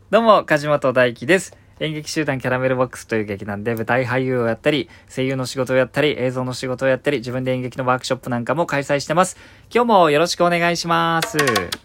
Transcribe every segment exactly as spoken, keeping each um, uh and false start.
どうも、梶本大輝です。演劇集団キャラメルボックスという劇団で舞台俳優をやったり、声優の仕事をやったり、映像の仕事をやったり、自分で演劇のワークショップなんかも開催してます。今日もよろしくお願いします。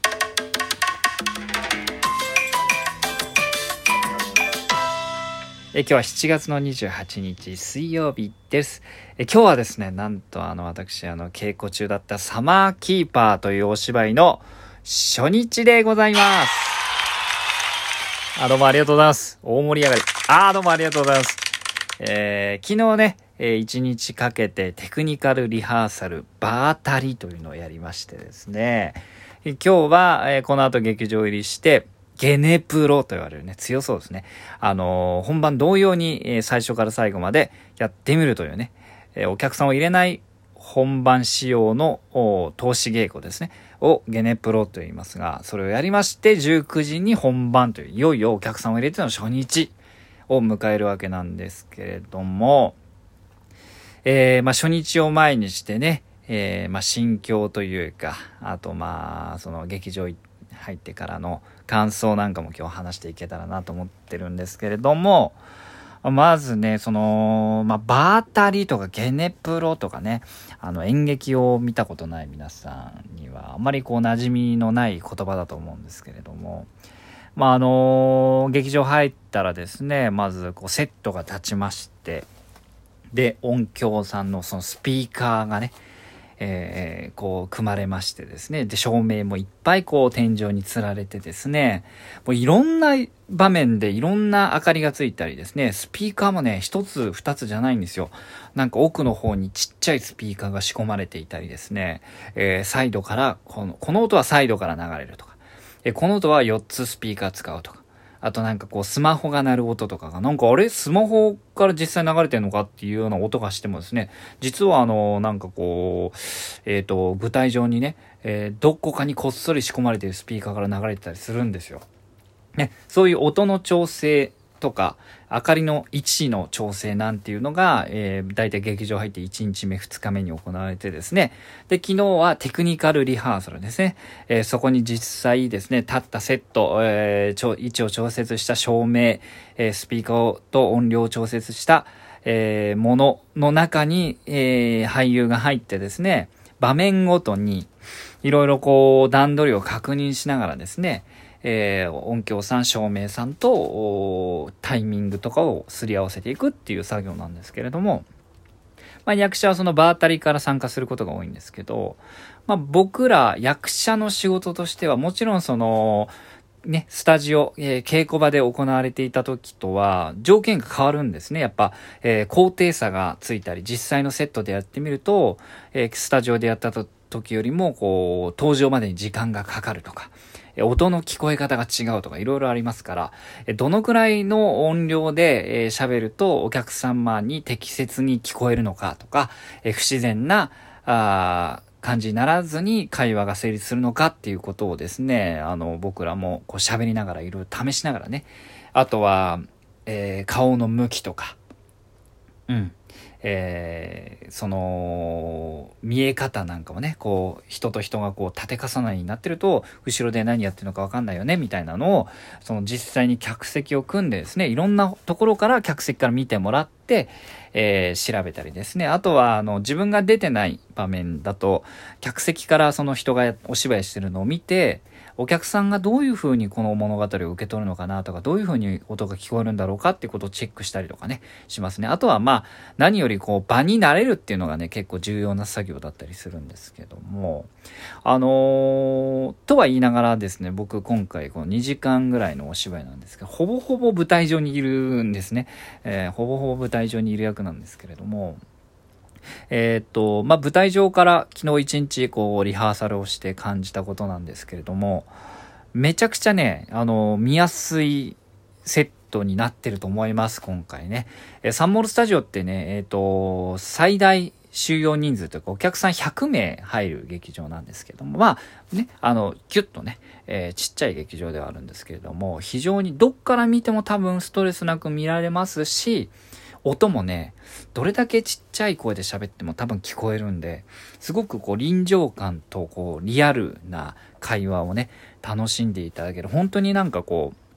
え今日はしちがつのにじゅうはちにち水曜日です。え今日はですね、なんとあの私あの稽古中だったサマーキーパーというお芝居の初日でございます。あ、どうもありがとうございます。大盛り上がり。あー、どうもありがとうございます。えー、昨日ね、えー、いちにちかけてテクニカルリハーサル場当たりというのをやりましてですね、今日は、えー、この後劇場入りしてゲネプロと言われるね、強そうですね。あのー、本番同様に、えー、最初から最後までやってみるというね、えー、お客さんを入れない本番仕様の通し稽古ですねをゲネプロと言いますが、それをやりましてじゅうくじに本番といういよいよお客さんを入れての初日を迎えるわけなんですけれども、えー、まあ初日を前にしてね、えー、まあ心境というか、あとまあその劇場入ってからの感想なんかも今日話していけたらなと思ってるんですけれども、まずね、その、まあ、場当たりとかゲネプロとかね、あの演劇を見たことない皆さんにはあまりこう馴染みのない言葉だと思うんですけれども、まああの劇場入ったらですね、まずこうセットが立ちまして、で音響さんのそのスピーカーがね、えー、こう組まれましてですね、で照明もいっぱいこう天井につられてですね、もういろんな場面でいろんな明かりがついたりですね、スピーカーもね一つ二つじゃないんですよ。なんか奥の方にちっちゃいスピーカーが仕込まれていたりですね、えー、サイドからこのこの音はサイドから流れるとか、えー、この音はよっつスピーカー使うとか、あとなんかこうスマホが鳴る音とかがなんかあれスマホから実際流れてるのかっていうような音がしてもですね、実はあのなんかこうえっと舞台上にね、えー、どこかにこっそり仕込まれているスピーカーから流れてたりするんですよ。ね、そういう音の調整とか明かりの位置の調整なんていうのが、えー、大体劇場入っていちにちめふつかめに行われてですね、で昨日はテクニカルリハーサルですね、えー、そこに実際ですね立ったセット、えー、位置を調節した照明、えー、スピーカーと音量を調節した、えー、ものの中に、えー、俳優が入ってですね、場面ごとにいろいろこう段取りを確認しながらですね、えー、音響さん照明さんとタイミングとかをすり合わせていくっていう作業なんですけれども、まあ、役者はその場当たりから参加することが多いんですけど、まあ、僕ら役者の仕事としてはもちろんそのね、スタジオ、えー、稽古場で行われていた時とは条件が変わるんですね。やっぱ、えー、高低差がついたり、実際のセットでやってみると、えー、スタジオでやった時よりもこう登場までに時間がかかるとか、音の聞こえ方が違うとかいろいろありますから、どのくらいの音量で喋るとお客様に適切に聞こえるのかとか、不自然なあ感じにならずに会話が成立するのかっていうことをですね、あの僕らもこう喋りながらいろいろ試しながらね、あとは、えー、顔の向きとか、うんえー、その見え方なんかもね、こう人と人がこう縦重なりになってると後ろで何やってるのか分かんないよねみたいなのを、その実際に客席を組んでですね、いろんなところから客席から見てもらって、えー、調べたりですね、あとはあの自分が出てない場面だと客席からその人がお芝居してるのを見て、お客さんがどういう風にこの物語を受け取るのかなとか、どういう風に音が聞こえるんだろうかっていうことをチェックしたりとかねしますね。あとはまあ何よりこう場に慣れるっていうのがね結構重要な作業だったりするんですけども、あのー、とは言いながらですね、僕今回このにじかんぐらいのお芝居なんですけど、ほぼほぼ舞台上にいるんですね、えー、ほぼほぼ舞台上にいる役なんですけれども、えー、っとまあ舞台上から昨日一日こうリハーサルをして感じたことなんですけれども、めちゃくちゃねあの見やすいセットになってると思います今回ね。えサンモールスタジオってね、えー、っと最大収容人数というかお客さんひゃくめい入る劇場なんですけども、まあねあのキュッとね、えー、ちっちゃい劇場ではあるんですけれども、非常にどっから見ても多分ストレスなく見られますし、音もねどれだけちっちゃい声で喋っても多分聞こえるんで、すごくこう臨場感とこうリアルな会話をね楽しんでいただける、本当になんかこう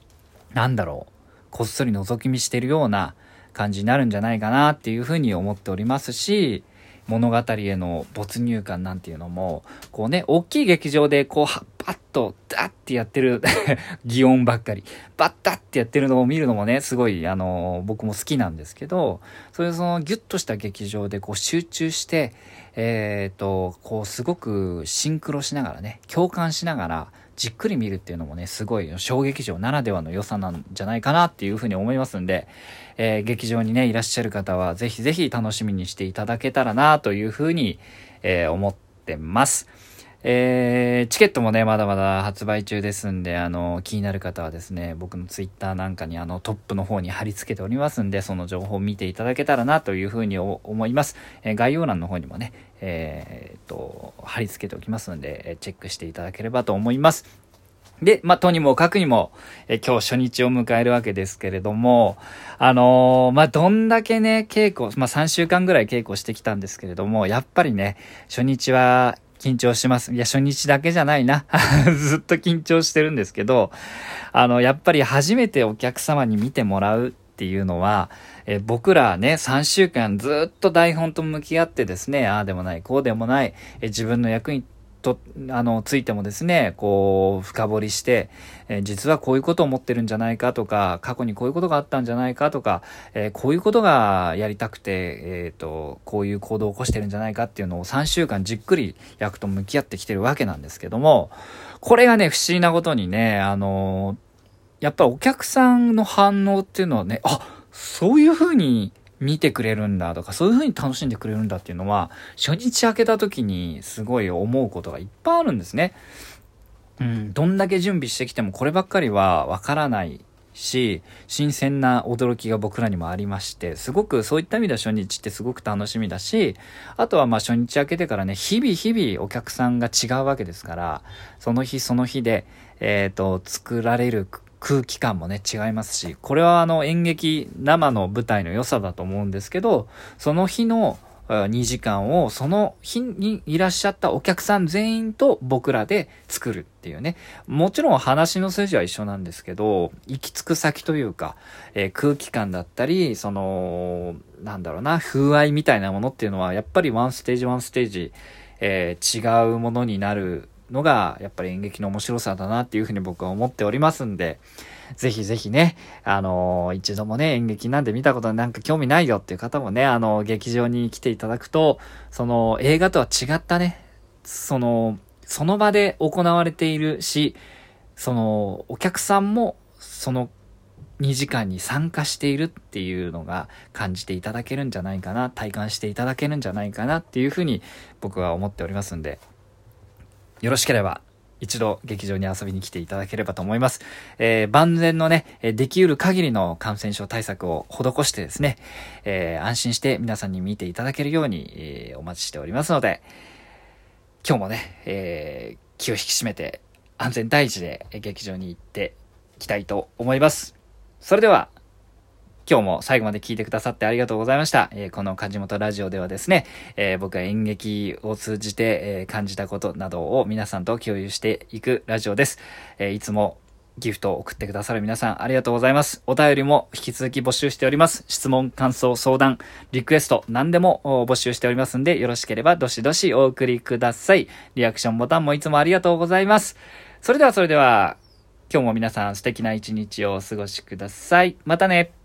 なんだろう、こっそり覗き見してるような感じになるんじゃないかなっていうふうに思っておりますし、物語への没入感なんていうのもこうね、大きい劇場でこうバッとダッってやってる擬音ばっかりバッダッってやってるのを見るのもね、すごいあの僕も好きなんですけど、そういうそのギュッとした劇場でこう集中してえっとこうすごくシンクロしながらね、共感しながらじっくり見るっていうのもね、すごい小劇場ならではの良さなんじゃないかなっていうふうに思いますんで、えー、劇場にねいらっしゃる方はぜひぜひ楽しみにしていただけたらなというふうに、えー、思ってます。えー、チケットもねまだまだ発売中ですんで、あの気になる方はですね、僕のツイッターなんかにあのトップの方に貼り付けておりますんで、その情報を見ていただけたらなというふうに思います。えー、概要欄の方にもねえー、っと貼り付けておきますので、チェックしていただければと思います。で、まあ、とにもかくにも、え今日初日を迎えるわけですけれども、あのー、まあ、どんだけね、稽古、まあ、さんしゅうかんぐらい稽古してきたんですけれども、やっぱりね、初日は緊張します。いや、初日だけじゃないな。ずっと緊張してるんですけど、あの、やっぱり初めてお客様に見てもらうっていうのは、え僕らね、さんしゅうかんずっと台本と向き合ってですね、ああでもない、こうでもない、え自分の役にとあのついてもですねこう深掘りして、えー、実はこういうことを思ってるんじゃないかとか、過去にこういうことがあったんじゃないかとか、えー、こういうことがやりたくて、えーと、こういう行動を起こしてるんじゃないかっていうのをさんしゅうかんじっくり役と向き合ってきてるわけなんですけども、これがね不思議なことにね、あのー、やっぱりお客さんの反応っていうのはね、あ、そういう風に見てくれるんだとか、そういう風に楽しんでくれるんだっていうのは、初日開けた時にすごい思うことがいっぱいあるんですね。うん、どんだけ準備してきてもこればっかりはわからないし、新鮮な驚きが僕らにもありまして、すごくそういった意味では初日ってすごく楽しみだし、あとはまあ初日開けてからね、日々日々お客さんが違うわけですから、その日その日で、えっと、作られる空気感もね違いますし、これはあの演劇生の舞台の良さだと思うんですけど、その日のにじかんをその日にいらっしゃったお客さん全員と僕らで作るっていうね。もちろん話の筋は一緒なんですけど、行き着く先というか、えー、空気感だったり、そのなんだろうな、風合いみたいなものっていうのはやっぱりワンステージワンステージ、えー、違うものになるのがやっぱり演劇の面白さだなっていうふうに僕は思っておりますんで、ぜひぜひね、あのー、一度もね演劇なんで見たことなんか興味ないよっていう方もね、あのー、劇場に来ていただくと、その映画とは違ったね、そのその場で行われているし、そのお客さんもそのにじかんに参加しているっていうのが感じていただけるんじゃないかな、体感していただけるんじゃないかなっていうふうに僕は思っておりますんで、よろしければ一度劇場に遊びに来ていただければと思います。えー、万全のね、できうる限りの感染症対策を施してですね、えー、安心して皆さんに見ていただけるように、えー、お待ちしておりますので、今日もね、えー、気を引き締めて安全第一で劇場に行っていきたいと思います。それでは今日も最後まで聞いてくださってありがとうございました。えー、この梶本ラジオではですね、えー、僕が演劇を通じて、えー、感じたことなどを皆さんと共有していくラジオです。えー、いつもギフトを送ってくださる皆さんありがとうございます。お便りも引き続き募集しております。質問、感想、相談、リクエスト何でも募集しておりますんで、よろしければどしどしお送りください。リアクションボタンもいつもありがとうございます。それではそれでは今日も皆さん素敵な一日をお過ごしください。またね。